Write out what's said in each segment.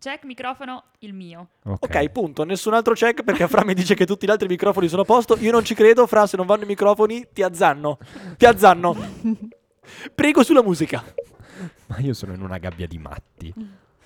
Check microfono, il mio. Ok, punto. Nessun altro check perché Fra mi dice che tutti gli altri microfoni sono a posto. Io non ci credo, Fra, se non vanno i microfoni ti azzanno. Ti azzanno. Prego sulla musica. Ma io sono in una gabbia di matti.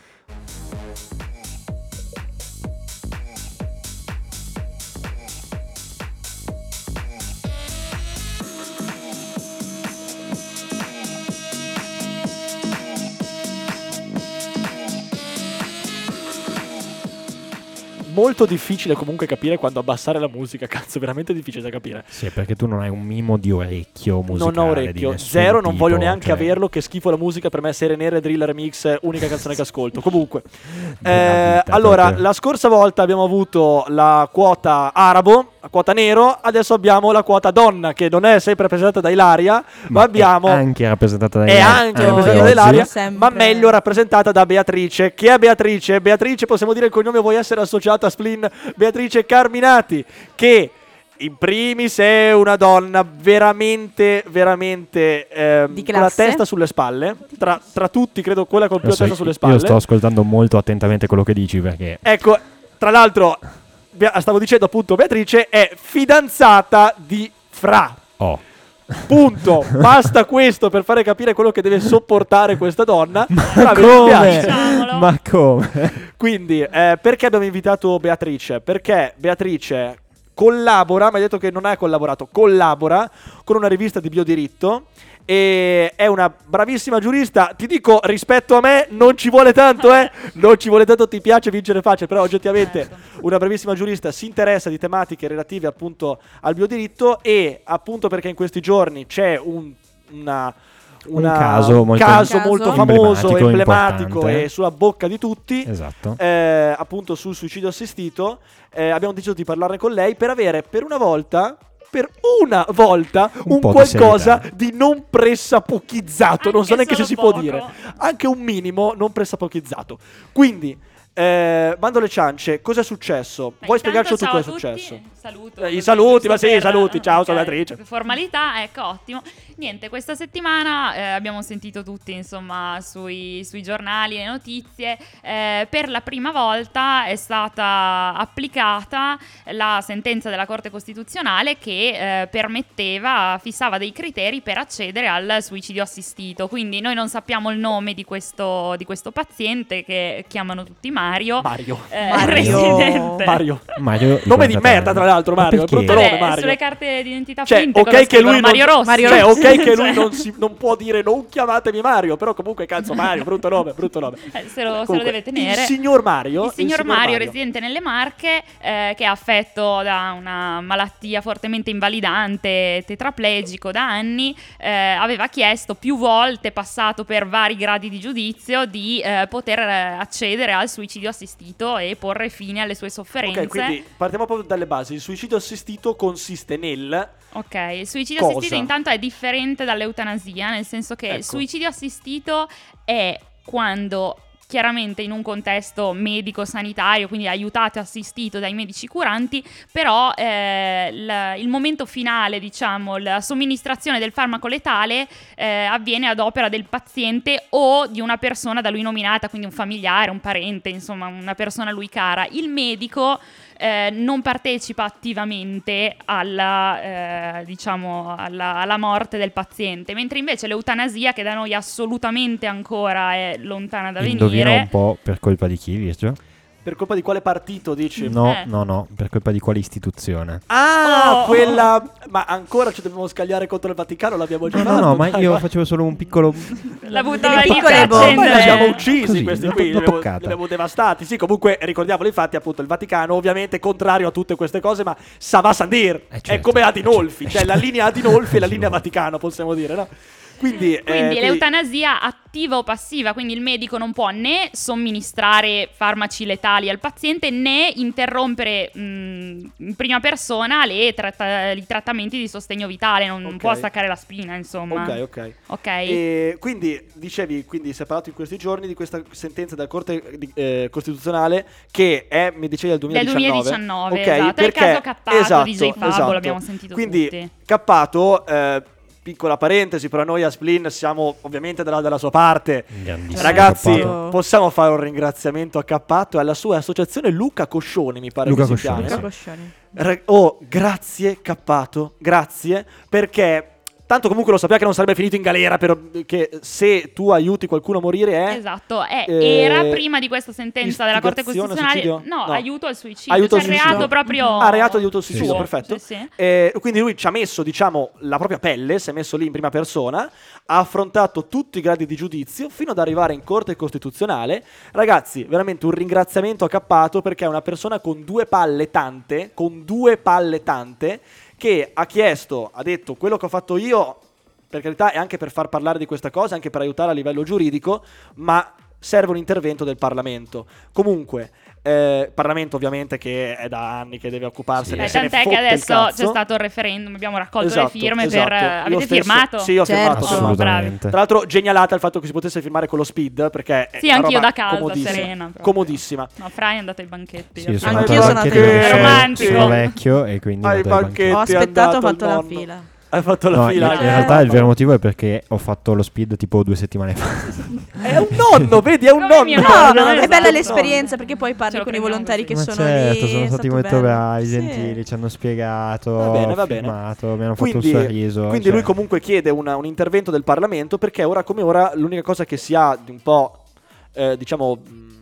Molto difficile comunque capire quando abbassare la musica, cazzo, veramente difficile da capire. Sì, perché tu non hai un mimo di orecchio musicale. Non ho orecchio, di nessun zero, non tipo, voglio neanche cioè, averlo, che schifo la musica, per me Serie Nere, Drill Remix, unica canzone che ascolto. Comunque, Della vita, allora, proprio. la scorsa volta abbiamo avuto la quota arabo, la quota nero, adesso abbiamo la quota donna, che non è sempre rappresentata da Ilaria, ma abbiamo... È anche rappresentata da È Ilaria. anche anche rappresentata da oggi. Ilaria, Sempre. ma meglio rappresentata da Beatrice. Chi è Beatrice? Beatrice, possiamo dire il cognome, vuoi essere associata a Splin? Beatrice Carminati, che in primis è una donna veramente Di con la classe? testa sulle spalle. Tra tutti, credo quella con più Lo so, testa sulle spalle. io sto ascoltando molto attentamente quello che dici perché... Ecco, tra l'altro, stavo dicendo appunto, Beatrice è fidanzata di Fra. Oh. Punto, basta questo per fare capire quello che deve sopportare questa donna. Ma mi dispiace. Diciamolo. Ma come? Quindi, perché abbiamo invitato Beatrice? Perché Beatrice collabora, mi ha detto che non ha collaborato, collabora con una rivista di biodiritto e è una bravissima giurista. Ti dico, rispetto a me non ci vuole tanto, non ci vuole tanto, ti piace vincere facile, però oggettivamente Certo. una bravissima giurista, si interessa di tematiche relative appunto al biodiritto e appunto perché in questi giorni c'è un caso molto molto famoso, emblematico, emblematico importante. e sulla bocca di tutti, Esatto. appunto sul suicidio assistito. Abbiamo deciso di parlarne con lei per avere per una volta un po' di qualcosa serietà. di non pressapochizzato, non so Anche neanche se si solo può poco. dire, anche un minimo non pressapochizzato. Quindi bando alle ciance, cosa è successo? Beh, Vuoi intanto spiegarci tu ciao cosa è a tutti. successo? Saluto. I così, saluti, giusto ma sì, per- saluti, ciao, sono ok, Beatrice. Formalità, ecco, ottimo. Niente, questa settimana abbiamo sentito tutti, insomma, sui giornali, le notizie. Per la prima volta è stata applicata la sentenza della Corte Costituzionale che fissava dei criteri per accedere al suicidio assistito. Quindi noi non sappiamo il nome di questo paziente che chiamano tutti Mario. Mario. Residente. Mario. Nome di merda, tra l'altro, Ma Mario. È perché? brutto Vabbè, nome, Mario. sulle carte di identità Cioè, finte ok cosa che scrivono? lui non, Mario Rossi. Mario cioè, Rossi. ok che lui Cioè, non può dire non chiamatemi Mario, però comunque cazzo Mario, brutto nome. se lo Comunque, deve tenere. Il signor Mario, Il signor Mario, residente nelle Marche, che è affetto da una malattia fortemente invalidante, tetraplegico da anni, aveva chiesto più volte, passato per vari gradi di giudizio, di poter accedere al suicidio assistito e porre fine alle sue sofferenze. Ok, quindi partiamo proprio dalle basi. Il suicidio assistito consiste nel... Ok, il suicidio Cosa? assistito intanto è differente dall'eutanasia, nel senso che il Ecco. suicidio assistito è quando chiaramente in un contesto medico-sanitario, quindi aiutato e assistito dai medici curanti, però il momento finale, diciamo, la somministrazione del farmaco letale avviene ad opera del paziente o di una persona da lui nominata, quindi un familiare, un parente, insomma una persona a lui cara. Il medico non partecipa attivamente alla morte del paziente, mentre invece l'eutanasia, che da noi assolutamente ancora è lontana da Indovina venire, un po' per colpa di chi, Virgio? Per colpa di quale partito, dici? No, Eh. no, per colpa di quale istituzione? Ah, Oh. quella... Ma ancora ci dobbiamo scagliare contro il Vaticano? L'abbiamo già No, fatto? no, ma dai, io va. facevo solo un piccolo... la buttava lì piccole per bombe. Ormai li accendere. abbiamo uccisi Così, questi l'ho- qui, l'ho li toccata. abbiamo devastati. Sì, comunque ricordiamolo, infatti, appunto, il Vaticano ovviamente contrario a tutte queste cose, ma sa va a dir. È certo, come Adinolfi, certo. cioè la linea Adinolfi e la linea Vaticano, possiamo dire, no? Quindi l'eutanasia attiva o passiva, quindi il medico non può né somministrare farmaci letali al paziente né interrompere in prima persona i trattamenti di sostegno vitale, non Ok. può staccare la spina, insomma. Ok. Ok? E quindi dicevi, quindi si è parlato in questi giorni di questa sentenza della Corte Costituzionale che è, mi dicevi, del Del 2019. 2019, esatto. È il caso Cappato di J. Fabo, l'abbiamo sentito quindi, tutti. Cappato, piccola parentesi, però noi a Splin siamo ovviamente dalla sua parte. Grandissimo Ragazzi, Cappato. possiamo fare un ringraziamento a Cappato e alla sua associazione Luca Coscioni, mi pare Luca che si Coscioni, chiami. Luca sì. Coscioni. Oh, grazie Cappato, grazie, perché tanto comunque lo sapeva che non sarebbe finito in galera, che se tu aiuti qualcuno a morire è... Esatto, eh, era prima di questa sentenza della Corte istigazione, Costituzionale, suicidio? no, No. aiuto al suicidio, Aiuto al cioè suicidio. reato proprio... Reato di aiuto al suicidio, suo. perfetto. Sì, sì. Quindi lui ci ha messo, diciamo, la propria pelle, si è messo lì in prima persona, ha affrontato tutti i gradi di giudizio fino ad arrivare in Corte Costituzionale. Ragazzi, veramente un ringraziamento a Cappato, perché è una persona con due palle tante, che ha chiesto, ha detto quello che ho fatto io, per carità, è anche per far parlare di questa cosa, anche per aiutare a livello giuridico, ma serve un intervento del Parlamento. Comunque, Parlamento ovviamente che è da anni che deve occuparsene. Sì. se ne Tant'è che fotte il adesso cazzo. c'è stato il referendum, abbiamo raccolto Esatto, le firme esatto. per... Io Avete stesso- firmato? Sì, ho Certo. firmato. Assolutamente. Tra l'altro genialata il fatto che si potesse firmare con lo speed, perché è Sì, una anch'io roba da casa, comodissima. serena. proprio. Comodissima. No, Fra è andato ai banchetti. Sì, io sono Anch'io andato sono al andata banchetti ai perché Romantico. sono vecchio e quindi Ai vado ai banchetti. Ho È aspettato, ho andato fatto il la nonno. fila. Hai fatto la No, fila. in realtà il vero motivo è perché ho fatto lo speed tipo 2 settimane fa. È un nonno, vedi, è un Come mio nonno. nonno, No, esatto. è bella Un l'esperienza perché poi Ce parli lo con i prendiamo volontari che così. Ma sono certo, lì. sono è stati stato molto bello. bravi, Sì. gentili, ci hanno spiegato, Va bene, ho va bene. firmato, mi hanno fatto Quindi, un sorriso. quindi cioè. lui comunque chiede un intervento del Parlamento, perché ora come ora l'unica cosa che si ha di un po' diciamo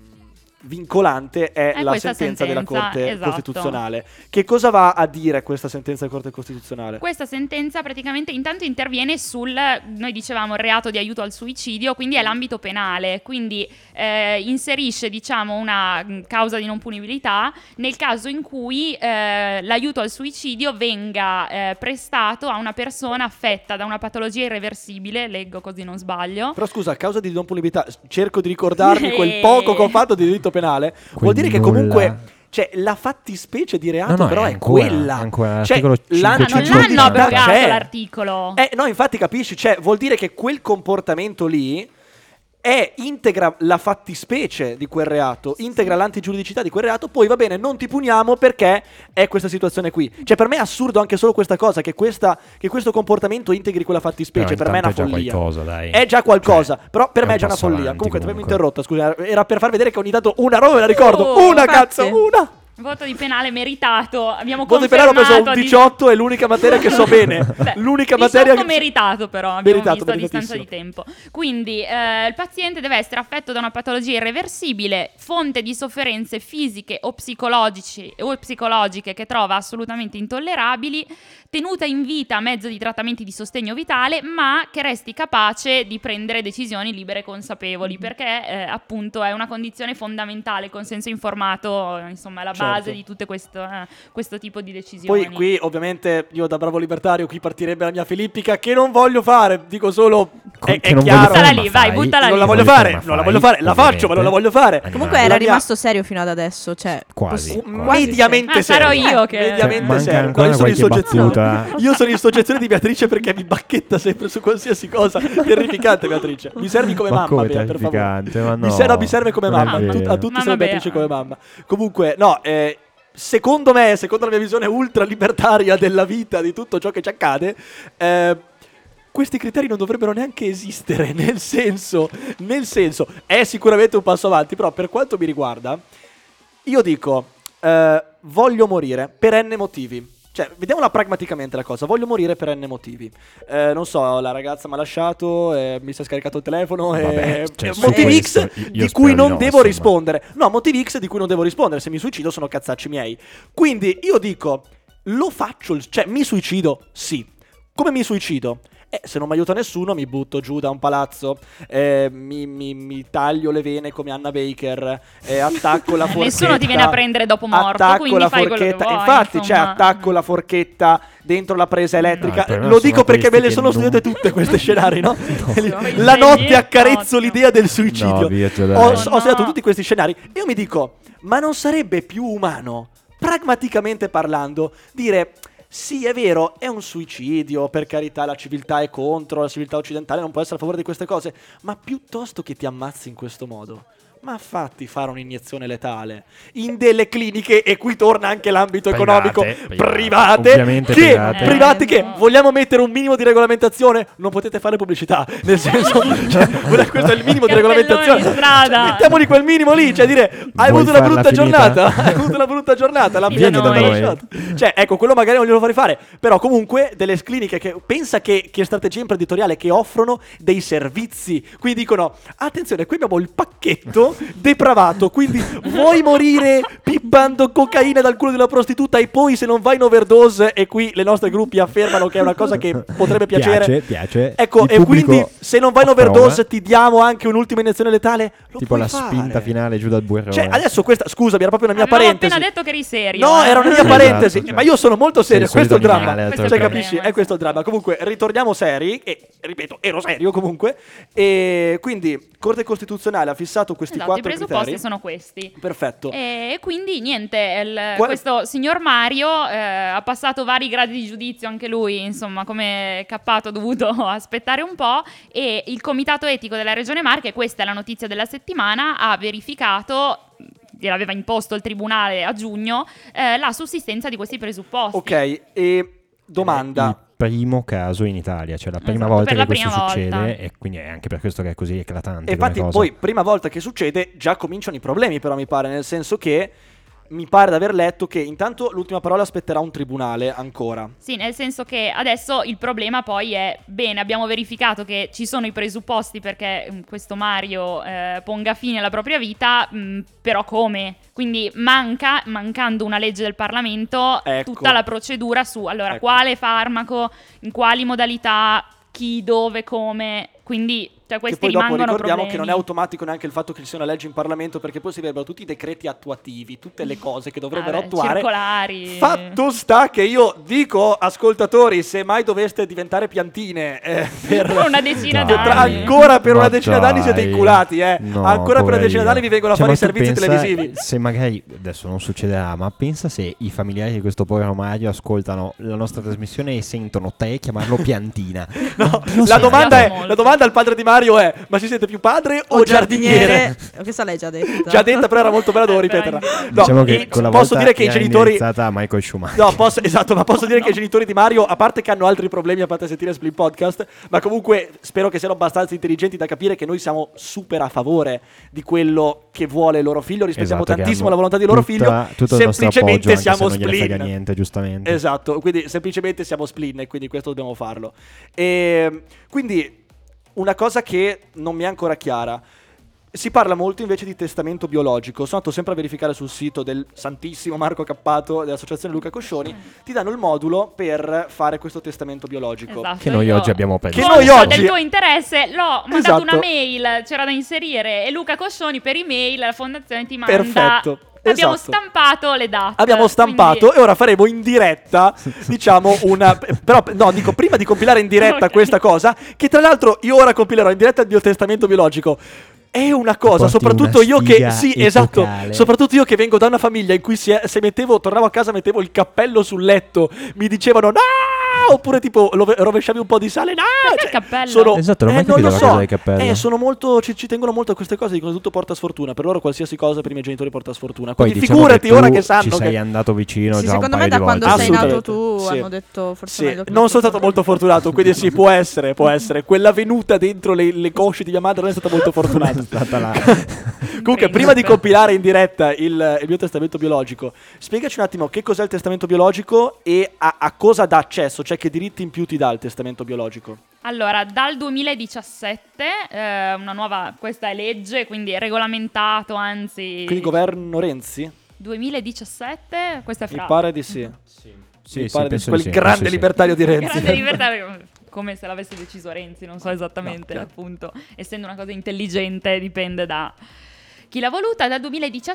vincolante è la questa sentenza della sentenza, Corte esatto. Costituzionale. Che cosa va a dire questa sentenza della Corte Costituzionale? Questa sentenza praticamente intanto interviene sul, noi dicevamo, il reato di aiuto al suicidio, quindi è l'ambito penale, quindi inserisce, diciamo, una causa di non punibilità nel caso in cui l'aiuto al suicidio venga prestato a una persona affetta da una patologia irreversibile, leggo così non sbaglio. Però scusa, a causa di non punibilità, cerco di ricordarmi quel poco che ho fatto di diritto penale. Vuol dire che nulla. comunque, cioè, la fattispecie di reato No, però è è ancora, quella. è ancora Cioè, l'articolo la- Non 500 l'hanno abrogato c'è. l'articolo. No, infatti capisci, cioè, vuol dire che quel comportamento lì integra la fattispecie di quel reato, integra l'antigiuridicità di quel reato, poi va bene, non ti puniamo perché è questa situazione qui. Cioè, per me è assurdo anche solo questa cosa, che questo comportamento integri quella fattispecie. Però Per me è una intanto follia. già qualcosa, dai. È già qualcosa, Cioè, però per è me è un già una passo follia. avanti, Comunque, ti avevo comunque. interrotta, scusa, era per far vedere che ogni tanto una roba me la ricordo. Una infatti. cazzo, una! Voto di penale meritato. Abbiamo Voto di penale ho preso un confermato 18, è l'unica materia che so bene. Beh, L'unica 18 materia che... meritato però, abbiamo Meritato, visto a distanza di meritatissimo. tempo. Quindi il paziente deve essere affetto da una patologia irreversibile, fonte di sofferenze fisiche o psicologiche che trova assolutamente intollerabili, tenuta in vita a mezzo di trattamenti di sostegno vitale, ma che resti capace di prendere decisioni libere e consapevoli, perché appunto è una condizione fondamentale, il consenso informato, insomma, è la base Certo. di tutte questo tipo di decisioni. Poi qui ovviamente io da bravo libertario qui partirebbe la mia filippica che non voglio fare, dico solo è Che non chiaro. voglio fare, Buttala ma lì, vai, fai. buttala Non lì. la voglio Non fare, ma non la fai, voglio fare, la faccio, ma non la voglio fare. Comunque Animale. era La mia- rimasto serio fino ad adesso, cioè Quasi. mediamente sarò serio. io che... Mediamente Manca serio. ancora Io sono in qualche soggezione. battuta. Io sono in soggezione di Beatrice perché mi bacchetta sempre su qualsiasi cosa. Terrificante, Beatrice. Mi servi come Ma mamma, come Bea, per favore. terrificante? Ma no, Mi serve come non è mamma. vero. A tutti Mamma serve Bea. Beatrice come mamma. Comunque, no, secondo me, secondo la mia visione ultra libertaria della vita, di tutto ciò che ci accade, questi criteri non dovrebbero neanche esistere, nel senso, è sicuramente un passo avanti, però per quanto mi riguarda, io dico, voglio morire per n motivi. Cioè, vediamola pragmaticamente la cosa, voglio morire per n motivi. Non so, la ragazza mi ha lasciato, mi si è scaricato il telefono, Vabbè, cioè, su motivi questo X io di spero cui di non no, devo insomma. rispondere. No, motivi X di cui non devo rispondere, se mi suicido sono cazzacci miei. Quindi io dico, lo faccio, cioè mi suicido, sì. Come mi suicido? Se non mi aiuta nessuno mi butto giù da un palazzo, mi taglio le vene come Anna Baker, attacco la forchetta. Nessuno ti viene a prendere dopo morto, attacco quindi la fai quello che forchetta. vuoi, Infatti, insomma. attacco la forchetta dentro la presa elettrica. No, il problema Lo sono dico perché me le questi sono che non- studiate tutte queste scenari, no? No. La notte accarezzo Ottimo. l'idea del suicidio. No, Virgio, dai. Ho No. studiato tutti questi scenari e io mi dico, ma non sarebbe più umano, pragmaticamente parlando, dire... Sì, è vero, è un suicidio, per carità la civiltà è contro, la civiltà occidentale non può essere a favore di queste cose, ma piuttosto che ti ammazzi in questo modo, ma fatti fare un'iniezione letale in delle cliniche, e qui torna anche l'ambito economico, private ovviamente private che vogliamo mettere un minimo di regolamentazione, non potete fare pubblicità, nel senso, cioè, questo è il minimo di regolamentazione, in strada. mettiamoli quel minimo lì, cioè dire hai Vuoi avuto una farla brutta finita? giornata, hai avuto una brutta giornata, la Vieni da noi. cioè ecco, quello magari non glielo farei fare, però comunque delle cliniche che pensa che strategia imprenditoriale, che offrono dei servizi, quindi dicono attenzione, qui abbiamo il pacchetto depravato, quindi vuoi morire pippando cocaina dal culo della prostituta e poi se non vai in overdose, e qui le nostre gruppi affermano che è una cosa che potrebbe piacere, piace. ecco, Il e pubblico quindi se non vai in approva. overdose ti diamo anche un'ultima iniezione letale, lo Tipo puoi la fare. spinta finale giù dal burrone. Cioè adesso questa, scusami, era proprio una mia Abbiamo parentesi. appena detto che eri serio. No, era una mia Esatto, parentesi, cioè. ma io sono molto serio, Sei il questo è il solito dramma. animale, Cioè, altro che- capisci? È questo il dramma. Comunque, ritorniamo seri, e ripeto, ero serio comunque. E quindi, Corte Costituzionale ha fissato questi Esatto, i 4 presupposti criteri. sono questi. Perfetto. E quindi niente, Qua- questo signor Mario ha passato vari gradi di giudizio anche lui, insomma, come Cappato ha dovuto aspettare un po', e il Comitato Etico della Regione Marche, questa è la notizia della settimana, ha verificato, gliel'aveva imposto il tribunale a giugno, la sussistenza di questi presupposti. Ok, e domanda. Il primo caso in Italia, cioè la prima Esatto, volta per che la questo prima succede, volta. e quindi è anche per questo che è così eclatante E infatti come cosa. poi, prima volta che succede, già cominciano i problemi, però mi pare, nel senso che mi pare di aver letto che intanto l'ultima parola aspetterà un tribunale ancora. Sì, nel senso che adesso il problema poi è, bene, abbiamo verificato che ci sono i presupposti perché questo Mario ponga fine alla propria vita, però come? Quindi mancando una legge del Parlamento, Ecco. tutta la procedura su, allora, Ecco. quale farmaco, in quali modalità, chi, dove, come, quindi cioè, Che questi poi dopo rimangono ricordiamo problemi. che non è automatico neanche il fatto che ci sia una legge in Parlamento, perché poi si avrebbero tutti i decreti attuativi, tutte le cose che dovrebbero Vabbè, attuare. circolari. Fatto sta che io dico, ascoltatori, se mai doveste diventare piantine per Una decina Dai. d'anni. ancora per Ma una decina d'anni siete dai. inculati, No, ancora per una decina poverino. d'anni vi vengono a Cioè, fare i ma tu servizi pensa televisivi. Se magari, adesso non succederà, ma pensa se i familiari di questo povero Mario ascoltano la nostra trasmissione e sentono te chiamarlo piantina. No, Non la so. domanda molto. la domanda al padre di Mario è: ma si sente più padre o giardiniere? Questa l'hai già detta. Già detta, però era molto bella, devo ripeterla. No, Diciamo che e quella posso volta dire che i era genitori. indirizzata a Michael Schumacher. No, esatto, ma posso dire che i genitori di Mario, a parte che hanno altri problemi, a parte sentire Split Podcast, ma comunque spero che siano abbastanza intelligenti da capire che noi siamo super a favore di quello che vuole il loro figlio, rispettiamo Esatto, che tantissimo hanno la volontà di loro tutto il nostro semplicemente appoggio, siamo anche se non gliene frega spleen. niente, giustamente. Esatto, quindi semplicemente siamo spleen e quindi questo dobbiamo farlo. E quindi una cosa che non mi è ancora chiara. Si parla molto invece di testamento biologico. Sono andato sempre a verificare sul sito del santissimo Marco Cappato dell'associazione Luca Coscioni. Ti danno il modulo per fare questo testamento biologico. Esatto, Che noi io- oggi abbiamo preso. Che noi Conscio oggi- del tuo interesse l'ho mandato Esatto. una mail, c'era da inserire, e Luca Coscioni per email la fondazione ti manda. Perfetto. Abbiamo Esatto. stampato le date. Abbiamo stampato quindi- e ora faremo in diretta, diciamo, una. Però, no, dico prima di compilare in diretta Ok. questa cosa, che tra l'altro io ora compilerò in diretta il mio testamento biologico. È una cosa, Porti soprattutto una io che. sfiga Sì, esatto. epocale. Soprattutto io che vengo da una famiglia in cui se tornavo a casa, mettevo il cappello sul letto, mi dicevano no! Oppure tipo rovesciavi un po' di sale, no! Perché il cappello? Esatto, non ho mai non capito lo la so. cosa del cappello. Sono molto. Ci tengono molto a queste cose, dicono tutto porta sfortuna. Per loro qualsiasi cosa per i miei genitori porta sfortuna. Poi Quindi diciamo figurati tu ora che sanno ci sei che. andato vicino Sì, già un secondo paio me da di quando volte. sei nato Assolutamente. tu Sì. hanno detto forse Sì, meglio che non sono stato molto fortunato, quindi sì, può essere. Quella venuta dentro le cosce di mia madre non è stata molto fortunata. È stata la... Comunque, prima di compilare in diretta il mio testamento biologico, spiegaci un attimo che cos'è il testamento biologico e a cosa dà accesso, cioè che diritti in più ti dà il testamento biologico. Allora, dal 2017, una nuova, questa è legge, quindi è regolamentato, anzi... Quindi governo Renzi? 2017, questa è Mi fra... pare di sì. Sì, Mi sì, pare di penso quel di sì, grande penso di sì. libertario di Renzi. Grande libertà, come se l'avesse deciso Renzi, non so esattamente, No, chiaro. appunto, essendo una cosa intelligente, dipende da chi l'ha voluta. Dal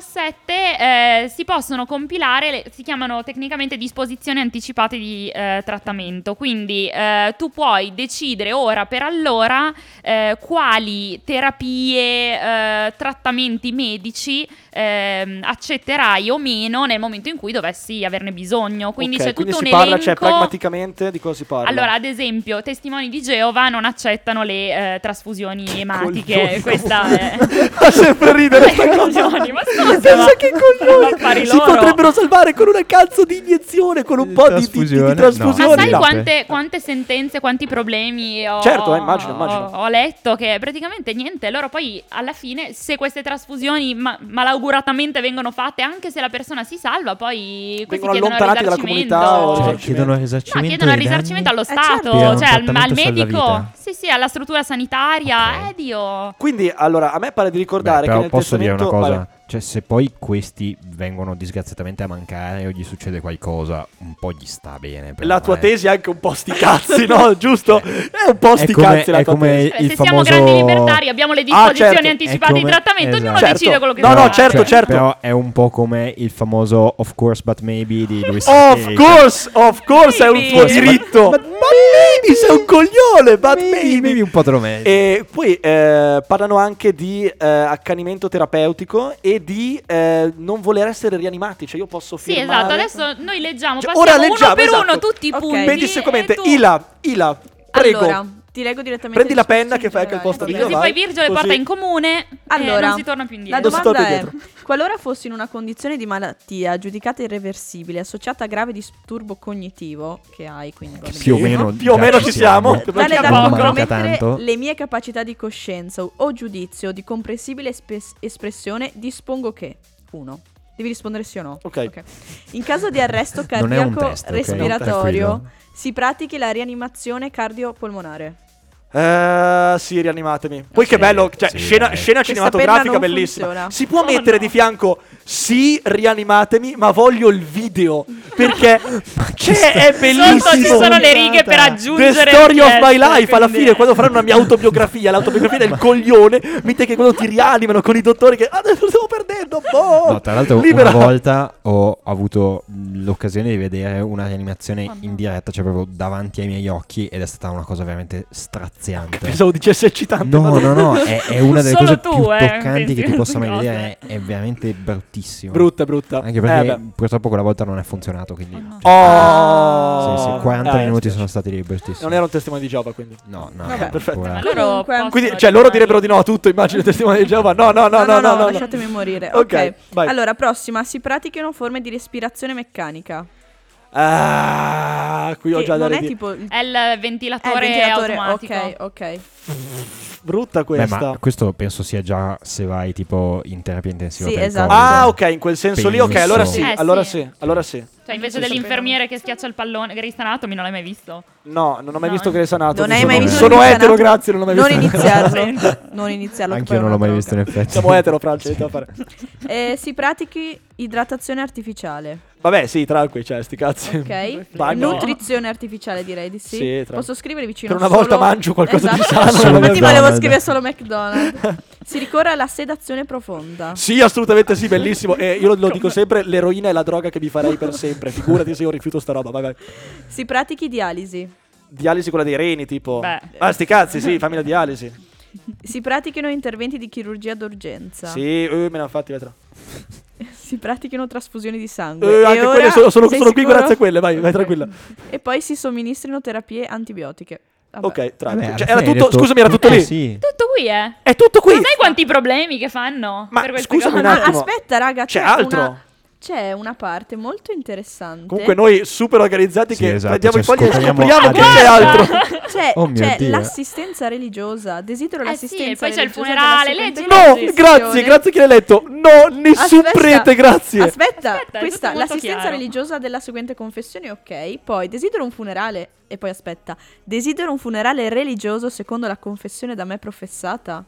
2017 si possono compilare, si chiamano tecnicamente disposizioni anticipate di trattamento, quindi tu puoi decidere ora per allora quali terapie, trattamenti medici accetterai o meno nel momento in cui dovessi averne bisogno, quindi Ok, c'è tutto quindi un si parla, elenco. cioè pragmaticamente di cosa si parla? Allora, ad esempio, testimoni di Geova non accettano le trasfusioni ematiche. Coglioni, Questa comunque. è... Fa sempre ridere questa cosa. coglioni, ma scusa, Pensa che coglioni. affari Si loro. potrebbero salvare con una cazzo di iniezione, con un po' di Trasfusione? trasfusioni. Ma sai No. quante sentenze, quanti problemi Certo, immagino. ho letto che praticamente niente, loro poi alla fine se queste trasfusioni malauguratamente vengono fatte, anche se la persona si salva, poi questi Vengono chiedono il allontanati dalla risarcimento. comunità o Cioè, risarcimento. chiedono il No, risarcimento. chiedono il dei risarcimento danni? allo certo. Stato, Per un cioè al trattamento medico, salvavita. sì, alla struttura sanitaria, Ok. Dio. Quindi, allora, a me pare di ricordare Beh, che però nel posso dire testamento... una cosa, Vai. cioè se poi questi vengono disgraziatamente a mancare o gli succede qualcosa, un po' gli sta bene. però, La tua tesi è anche un po' sti cazzi, no? Giusto? È un po' sti cazzi la è tua come tesi. Beh, il se siamo famoso... grandi libertari, abbiamo le disposizioni certo. anticipate È di come- trattamento, ognuno esatto. decide quello che No, deve no, fare. certo, Cioè, certo. Però è un po' come il famoso Of Course But Maybe di Louis Of C.K. course, è un tuo Maybe. diritto. Ma maybe sei un coglione, but maybe. Maybe un po' troppo meglio. E poi parlano anche di accanimento terapeutico e di non voler essere rianimati. Cioè io posso Sì, firmare. esatto, adesso noi leggiamo, Cioè, passiamo ora leggiamo, uno per esatto. uno tutti i Ok. punti. Vedi seccommente, e tu- Ila, prego. Allora, ti leggo direttamente. Prendi la le penna che fai anche il posto disposizioni mio, Così vai. poi Virgio le Così. porta in comune e Allora, non si torna più la indietro. Non si domanda torna è: più qualora fossi in una condizione di malattia giudicata irreversibile associata a grave disturbo cognitivo che hai, quindi Più o meno, Più o già meno ci ci siamo. siamo. tale da Manca compromettere tanto. le mie capacità di coscienza o giudizio di comprensibile espressione, dispongo che 1. Devi rispondere sì o no. Ok. In caso di arresto Non è un cardiaco test, ok? respiratorio, Tranquillo. si pratichi la rianimazione cardiopolmonare. Sì, rianimatemi. Poi che Sì, bello, cioè, sì, scena dai. cinematografica penna non bellissima. funziona. Si può Oh, mettere no. di fianco sì, rianimatemi, ma voglio il video perché è bellissimo. Sotto ci sono le righe per The aggiungere story of richieste, my life. Alla quindi- fine, quando faranno una mia autobiografia, l'autobiografia del coglione, metti che quando ti rianimano con i dottori che adesso stiamo perdendo. Boh, No, tra l'altro libera. una volta ho avuto l'occasione di vedere una rianimazione in diretta, cioè proprio davanti ai miei occhi, ed è stata una cosa veramente straziante. Pensavo dicesse eccitante. No, no, è una delle Solo cose tu, più toccanti pensi che ti possa mai queste vedere, è veramente bruttissimo. Brutta. Anche perché beh. purtroppo quella volta non è funzionato, quindi... Oh. Sì, 40 minuti spiace. sono stati lì, bruttissimi. Non era un testimone di Geova, quindi. No, Vabbè, perfetto. Ma pure- loro Comunque- possono Quindi, cioè, loro rimanere- direbbero di no a tutto, immagino, i testimoni di Geova. No. No, lasciatemi morire. Ok, Ok, vai. allora, prossima, si pratichino forme di respirazione meccanica. Qui ho Che già da non è dire. tipo il È il ventilatore, ventilatore. automatico. Ok. Brutta Beh, questa. ma questo penso sia già se vai tipo in terapia intensiva Sì, per il esatto. Covid. Ah, ok, in quel senso lì, ok, allora sì, Penso. allora sì. sì, allora sì. Cioè, invece Non so dell'infermiere che schiaccia il pallone, Grey's Anatomy, non l'hai mai visto? No, non ho mai No, visto Grey's Anatomy. Non hai sono- mai visto Sono Grey's etero, Anatomy? grazie, non ho mai Non visto. iniziarlo. Non iniziarlo. che Anche io poi non l'ho è mai una visto in droga. effetti. Siamo etero, Francia, niente da fare. Si pratichi idratazione artificiale. Vabbè, sì, tranqui, cioè, sti cazzi. Ok. Vai, no. Nutrizione artificiale, direi di sì. Sì, tranqui. Posso scrivere vicino Per una volta solo- mangio qualcosa di Esatto. sano. Solo Infatti volevo McDonald's. scrivere solo McDonald's. Si ricorre alla sedazione profonda. Sì, assolutamente sì, bellissimo. E io lo dico sempre, l'eroina è la droga che mi farei per sempre. Figurati se io rifiuto sta roba, vai. Si pratichi dialisi. Dialisi quella dei reni, tipo. Beh. Ah, sti cazzi, sì, fammi la dialisi. Si pratichino interventi di chirurgia d'urgenza. Sì, me ne hanno fatti, vedrò. Si pratichino trasfusioni di sangue. E Anche ora quelle sono sei qui sicuro? grazie a quelle, vai Ok. tranquilla. E poi si somministrino terapie antibiotiche. Vabbè. Ok, Vabbè, tranquillo. alla Cioè, fine era hai tutto, detto- scusami, era tutto lì. Sì. Tutto qui, È tutto qui. Ma sai quanti problemi che fanno Ma per queste scusami cose? un Ma attimo. aspetta, raga, C'è altro? C'è una parte molto interessante. Comunque noi super organizzati Sì, che esatto, prendiamo i cioè, fogli e scopriamo scopriamo che adesso. c'è altro. C'è, Oh mio c'è Dio. l'assistenza religiosa. Desidero sì, l'assistenza e poi c'è il religiosa funerale, della leggi, sequente No, confessione. grazie chi l'hai letto. No, nessun Aspetta, prete, grazie. Aspetta, Aspetta, è questa tutto molto l'assistenza chiaro. religiosa della seguente confessione, ok. Poi desidero un funerale. E poi aspetta, desidero un funerale religioso secondo la confessione da me professata.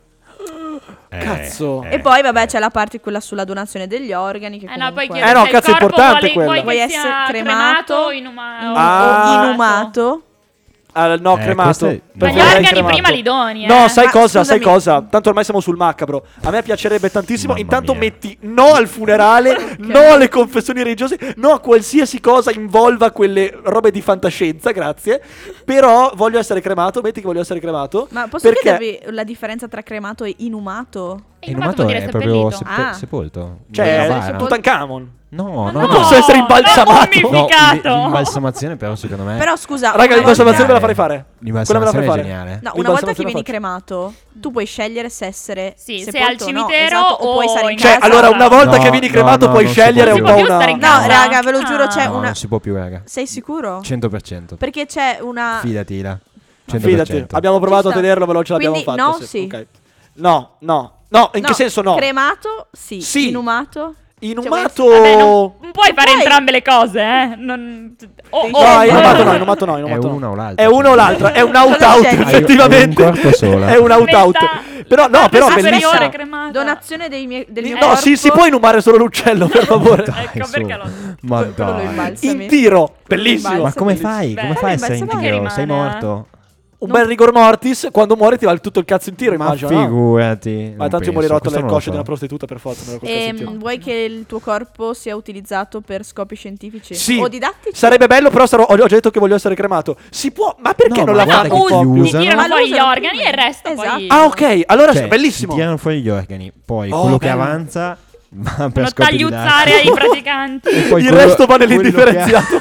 Cazzo. E poi, vabbè, c'è la parte quella sulla donazione degli organi. Che No, poi comunque- chiedo no, se il cazzo, è corpo importante vuoi quella. che Vuoi sia essere cremato o Ah. o inumato. No, cremato. questo è- Ma gli Preferirei organi cremato. prima li doni, No, sai Ma cosa? Sai scusami. cosa? Tanto ormai siamo sul macabro. A me piacerebbe tantissimo. Mamma Intanto mia. metti no al funerale, no alle confessioni religiose, no a qualsiasi cosa involva quelle robe di fantascienza, grazie. Però voglio essere cremato. Metti che voglio essere cremato. Ma posso perché chiedervi la differenza tra cremato e inumato? E inumato vuol dire è proprio seppellito. Ah. sepolto. Cioè, Nella bara. Tutankhamon. No, No, posso essere imbalsamato. no, No, mummificato. l'imbalsamazione però secondo me... Però scusa, Raga, una l'imbalsamazione me la volta- farei fare. L'imbalsamazione Quella è me la fare. geniale. No, una volta che L'imbalsamazione vieni la cremato, tu puoi scegliere se essere Sì, se sepolto al o no, cimitero esatto, o puoi o stare in in Cioè, casa. allora, una volta No, che vieni no, cremato no, puoi non si scegliere può un più. po' Non si può più stare in una... No, casa. raga, ve lo giuro, c'è No, una... non si può più, raga. Sei sicuro? 100%. Perché c'è una... Fidati, là. 100%. Fidati, abbiamo provato a Ci sta. tenerlo, però ce l'abbiamo Quindi fatta. no, sì. Ok. No, in No, che senso no? Cremato, sì. Sì. Inumato? Inumato... Vabbè, non puoi fare puoi. entrambe le cose, eh. Non... No, inumato no, inumato no. È una o l'altra. È una o l'altra, è un out Cosa out scegli? effettivamente. È un corpo solo. È un out out. Però no, però superiore bellissimo. cremata. Donazione del mio No, corpo. si può inumare solo l'uccello, per favore. Dai, Ecco su. perché lo... Ma Quello lo dai. imbalsami. In tiro, bellissimo. Ma come Bellissimo. fai? Beh, Come fai a essere in imbalsamare. tiro? Che Sei rimane, morto? Un bel rigor mortis, quando muori ti va tutto il cazzo in tiro, Ma immagino. no? figurati. Ma tanto io morirò tra le cosce di una prostituta per forza. me lo col cazzo in tiro. Vuoi che il tuo corpo sia utilizzato per scopi scientifici? Sì, O didattici? sarebbe bello, però ho già detto che voglio essere cremato. Si può, ma perché No, non ma la guarda fanno un che po' ti più? Ti usano. tirano Ma lo fuori gli usano organi prima. e il resto Esatto. poi... Ah, ok, allora Cioè, bellissimo. ti tirano fuori gli organi, poi Oh, quello che bello. avanza va per Non scopi tagliuzzare didattici. ai praticanti. E poi Il quello- resto va quello nell'indifferenziato.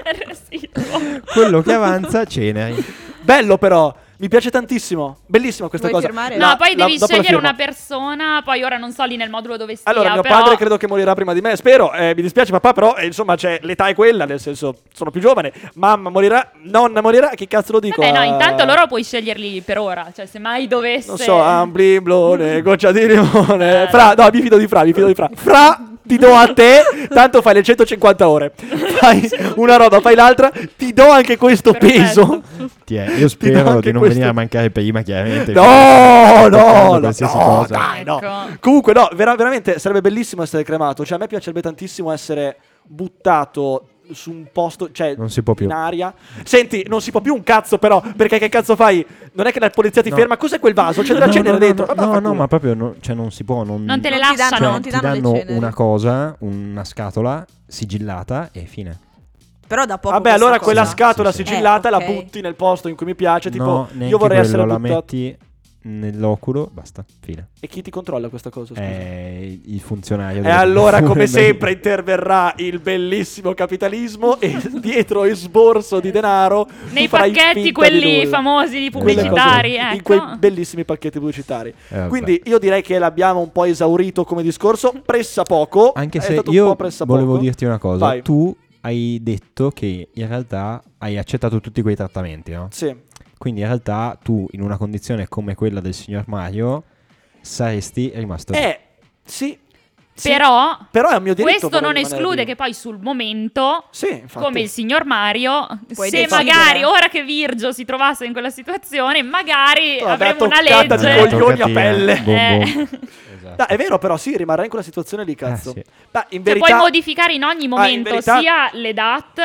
Quello che avanza, ceneri. Bello però, mi piace tantissimo. Bellissima questa Vuoi cosa. firmare? No, poi devi dopo la scegliere firmo. una persona. Poi ora non so lì nel modulo dove stia. Allora, mio però... padre credo che morirà prima di me, spero. Mi dispiace papà, però insomma, l'età è quella, nel senso, sono più giovane. Mamma morirà, nonna morirà, che cazzo lo dico? Vabbè, no, a- intanto loro puoi sceglierli per ora. Cioè, se mai dovesse... Non so, ambliblone, goccia di limone. Fra, no, mi fido di Fra. Fra, ti do a te, tanto fai le 150 ore. Fai una roba, fai l'altra, ti do anche questo Perfetto. peso. Io Ti do spero anche di non questo. venire a mancare prima, chiaramente. No, Toccando no, qualsiasi no, cosa. dai, no. Ecco. Comunque, no, veramente sarebbe bellissimo essere cremato. Cioè, a me piacerebbe tantissimo essere buttato su un posto, cioè Non si può più. in aria. Senti, non si può più un cazzo, però, perché che cazzo fai? Non è che la polizia ti No. ferma. Cos'è quel vaso? C'è della cenere dentro. Vabbè, No, fa no, culo. ma proprio cioè non si può. Non te le Non ti danno- lasciano. Cioè, non ti ti danno le danno ceneri. una cosa, una scatola sigillata e fine. Però da poco Vabbè, questa allora cosa. quella scatola Sì, sì. sigillata la ok. butti nel posto in cui mi piace. No, Tipo, neanche io vorrei essere quello, la buttato. metti nell'oculo, basta, fine. E chi ti controlla questa cosa? Scusa? Il funzionario. E delle allora, procure, come ma- sempre, interverrà il bellissimo capitalismo e dietro esborso di denaro Nei tu farai pacchetti, finta di quelli nulla. famosi di Quelle pubblicitari, cose, in ecco. quei bellissimi pacchetti pubblicitari. vabbè. Quindi io direi che l'abbiamo un po' esaurito come discorso, pressa poco. Anche È se stato un io po' pressa volevo poco. dirti una cosa. Vai. Tu hai detto che in realtà hai accettato tutti quei trattamenti, no? Sì. Quindi in realtà tu, in una condizione come quella del signor Mario, saresti rimasto... Sì. Sì. Però Però è un mio diritto. questo voler non rimanere esclude vivo. che poi sul momento, Sì, infatti. come il signor Mario, Puoi se decidere. magari ora che Virgio si trovasse in quella situazione, magari Vabbè, avremo una toccata di legge. coglioni a pelle. Boom, boom. Eh. No, è vero, però sì, rimarrà in quella situazione lì, cazzo. sì. Ma in Cioè, verità... puoi modificare in ogni in momento verità- sia le DAT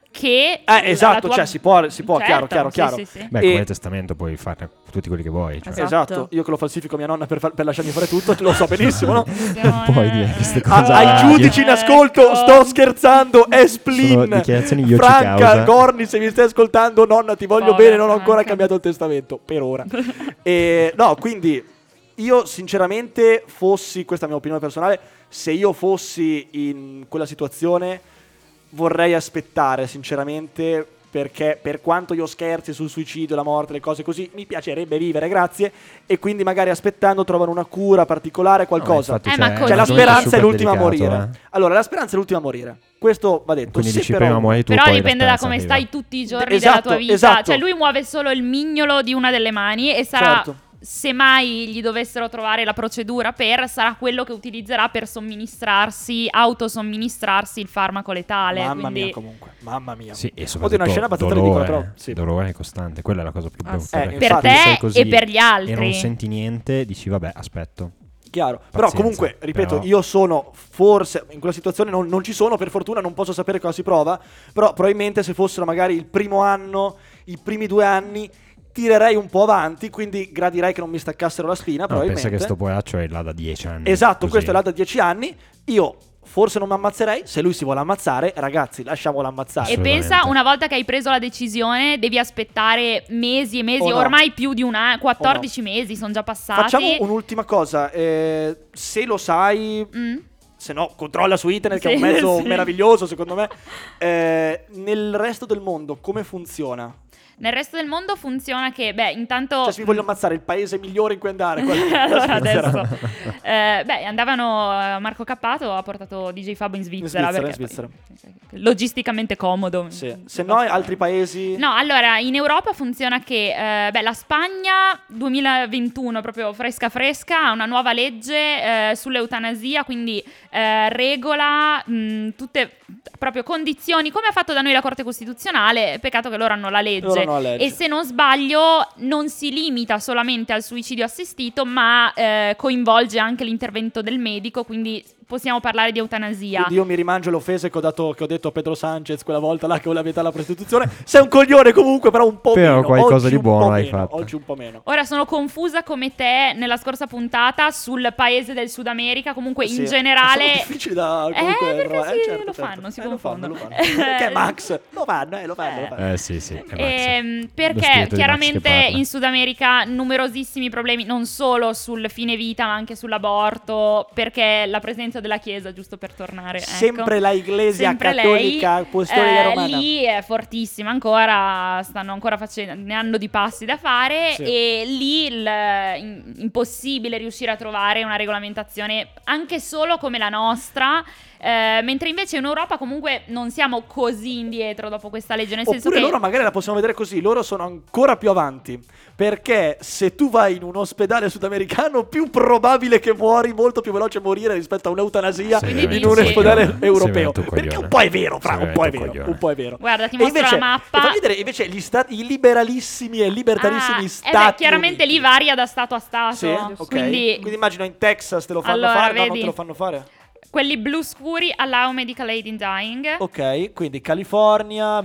che esatto, la tua... cioè si può, chiaro, Certo, chiaro. sì, sì, sì. Beh, E- come testamento puoi fare tutti quelli che vuoi. Cioè. Esatto. Io che lo falsifico a mia nonna per lasciarmi fare tutto, lo so benissimo, no? Non puoi dire queste cose. Ai radio. giudici in ascolto, Ecco. sto scherzando, è Sono Splin. dichiarazioni io ci Franca, causa. Corni, se mi stai ascoltando, nonna, ti voglio Povera bene, non ho ancora Franca. cambiato il testamento, per ora. No, quindi, io sinceramente fossi, questa è la mia opinione personale, se io fossi in quella situazione vorrei aspettare, sinceramente, perché per quanto io scherzi sul suicidio, la morte, le cose così, mi piacerebbe vivere, grazie, e quindi magari aspettando trovano una cura particolare, qualcosa. infatti, ma cioè, così- Cioè la Argomento speranza è super l'ultima a delicato, morire. Allora, la speranza è l'ultima a morire. Questo va detto. Quindi Se dici però- prima muori tu, Però poi la dipende da speranza come arriva. stai tutti i giorni Esatto, della tua vita. esatto. Cioè lui muove solo il mignolo di una delle mani e sarà, Certo. se mai gli dovessero trovare la procedura sarà quello che utilizzerà per autosomministrarsi il farmaco letale. Mamma quindi... mia, comunque. Mamma mia. Sì, e Oddio, soprattutto una scena abbastanza dolore, ridicola, però. Sì. dolore costante, quella è la cosa più brutta. sì. perché Per infatti, se sei te così e per gli altri. E non senti niente, dici vabbè, aspetto. Chiaro. Però Pazienza, comunque, ripeto, però- io sono forse in quella situazione, non ci sono, per fortuna non posso sapere cosa si prova, però probabilmente se fossero magari il primo anno, i primi 2 anni, tirerei un po' avanti, quindi gradirei che non mi staccassero la spina, No, probabilmente. pensa che sto poveraccio è là da 10 anni. Esatto, così. questo è là da 10 anni. Io forse non mi ammazzerei, se lui si vuole ammazzare, ragazzi, lasciamolo ammazzare. E Assolutamente. pensa, una volta che hai preso la decisione, devi aspettare mesi e mesi, O no. ormai più di 14 mesi sono già passati. Facciamo un'ultima cosa, se lo sai, Mm? se no controlla su internet, che è un Sì, mezzo sì. meraviglioso secondo me. Nel resto del mondo come funziona? Nel resto del mondo funziona che, intanto... Cioè, se mi voglio ammazzare il paese migliore in cui andare, Allora adesso andavano Marco Cappato ha portato DJ Fabo in Svizzera, In perché Svizzera. poi, logisticamente comodo. Sì. Se no, altri paesi. No, allora in Europa funziona che la Spagna 2021, proprio fresca fresca, ha una nuova legge sull'eutanasia, quindi regola tutte proprio condizioni, come ha fatto da noi la Corte Costituzionale. Peccato che loro hanno la legge. Loro hanno la legge. E se non sbaglio non si limita solamente al suicidio assistito, ma coinvolge anche l'intervento del medico, quindi possiamo parlare di eutanasia. Quindi io mi rimangio le offese che ho detto a Pedro Sanchez quella volta là che voleva vietare la prostituzione. Sei un coglione comunque, però un po' Però meno. qualcosa Oggi di buono un po' l'hai meno, fatto. Oggi un po' meno. Ora sono confusa come te nella scorsa puntata sul paese del Sud America, comunque Sì, in generale... Sono difficili da comunque perché trovare. sì, Certo, lo certo. fanno, si lo confondono. fanno. Perché Max? Lo fanno. Sì, sì. Lo Perché spirito di Max che chiaramente parla. in Sud America numerosissimi problemi, non solo sul fine vita ma anche sull'aborto, perché la presenza della Chiesa, giusto per tornare, Sempre la Iglesia sempre cattolica lei, apostolica romana. lì è fortissima ancora, stanno ancora facendo, ne hanno di passi da fare, Sì. e lì impossibile riuscire a trovare una regolamentazione anche solo come la nostra. Mentre invece in Europa comunque non siamo così indietro dopo questa legge, nel senso Oppure che loro magari la possiamo vedere così, loro sono ancora più avanti, perché se tu vai in un ospedale sudamericano più probabile che muori, molto più veloce morire rispetto a un'eutanasia Sei in veramente un un ospedale coglione. europeo. Sei veramente un Perché coglione. un po' è vero, Fra, Sei un po' è veramente un vero, coglione. un po' è vero. Guarda, ti E mostro invece, la mappa. e fammi vedere invece i liberalissimi e libertarissimi stati chiaramente uniti. lì varia da stato a stato. Sì, ok. Quindi immagino in Texas te lo fanno Allora, fare, no, non vedi? te lo fanno fare. quelli blu scuri allow medical aid in dying. Ok, quindi California,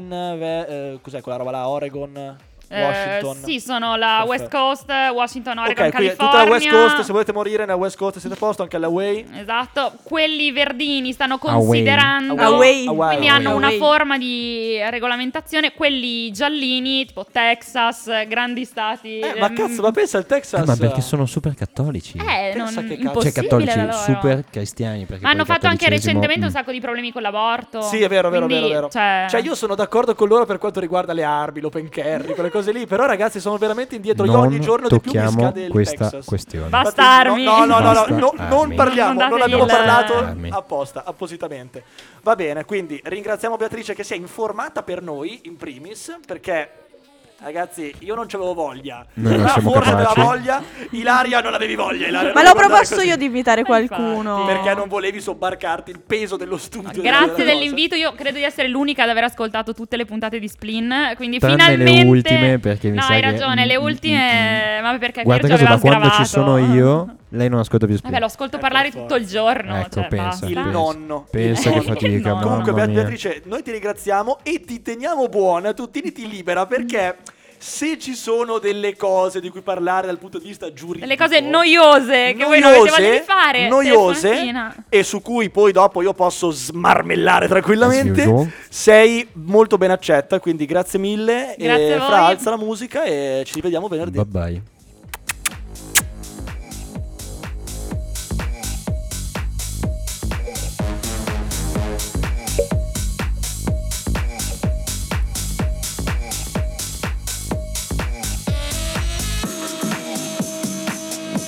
Maine, cos'è quella roba là, Oregon, Washington. Sì, sono la West Perfetto. Coast, Washington, Oregon, Ok, quindi California. tutta la West Coast, se volete morire nella West Coast siete a posto, anche all'Away. Esatto, quelli verdini stanno Away. considerando, Away. quindi Away. hanno una Away. forma di regolamentazione. Quelli giallini, tipo Texas, grandi stati. Ma cazzo, ma pensa al Texas. Ma perché sono super cattolici? Pensa non, che cazzo. impossibile Cioè cattolici da loro. super cristiani. Perché Ma hanno poi il fatto anche cattolicesimo, recentemente un sacco di problemi con l'aborto. Sì, è vero, Quindi, vero. Cioè io sono d'accordo con loro per quanto riguarda le armi, l'open carry, quelle cose lì. Però, ragazzi, sono veramente indietro. Io Non ogni giorno di più mi tocchiamo scade il questa Texas. questione. Basta Infatti, armi. No, Basta non armi. parliamo, Non non abbiamo dategli il- parlato Armi. apposta, appositamente. Va bene, quindi ringraziamo Beatrice che si è informata per noi, in primis, perché... Ragazzi, io non c'avevo voglia. Noi non Ma siamo forse aveva capaci. voglia. Ilaria non avevi voglia. Ilaria, Ma non l'ho devo guardare proposto così. io di invitare Infatti. qualcuno. Perché non volevi sobbarcarti il peso dello studio. Grazie della dell'invito, io credo di essere l'unica ad aver ascoltato tutte le puntate di Splin, quindi Tranne le finalmente... ultime, perché mi no, sa hai che- ragione, le ultime... Ma perché Guarda Mirko caso da aveva quando ci sgravato. sono io, lei non ascolta più Split. Vabbè, lo ascolto parlare per tutto il giorno, Ecco, cioè pensa. basta. Il pensa. nonno. Pensa Il che nonno. fatica, No. Comunque, mamma mia. Beatrice, noi ti ringraziamo e ti teniamo buona, tu tieniti libera, perché se ci sono delle cose di cui parlare dal punto di vista giuridico, Delle cose noiose che voi non avete voglia di fare, noiose, telefonatina. e su cui poi dopo io posso smarmellare As tranquillamente, usual. sei molto ben accetta, quindi grazie mille. Grazie e a voi. Fra, alza la musica e ci rivediamo venerdì. Bye bye.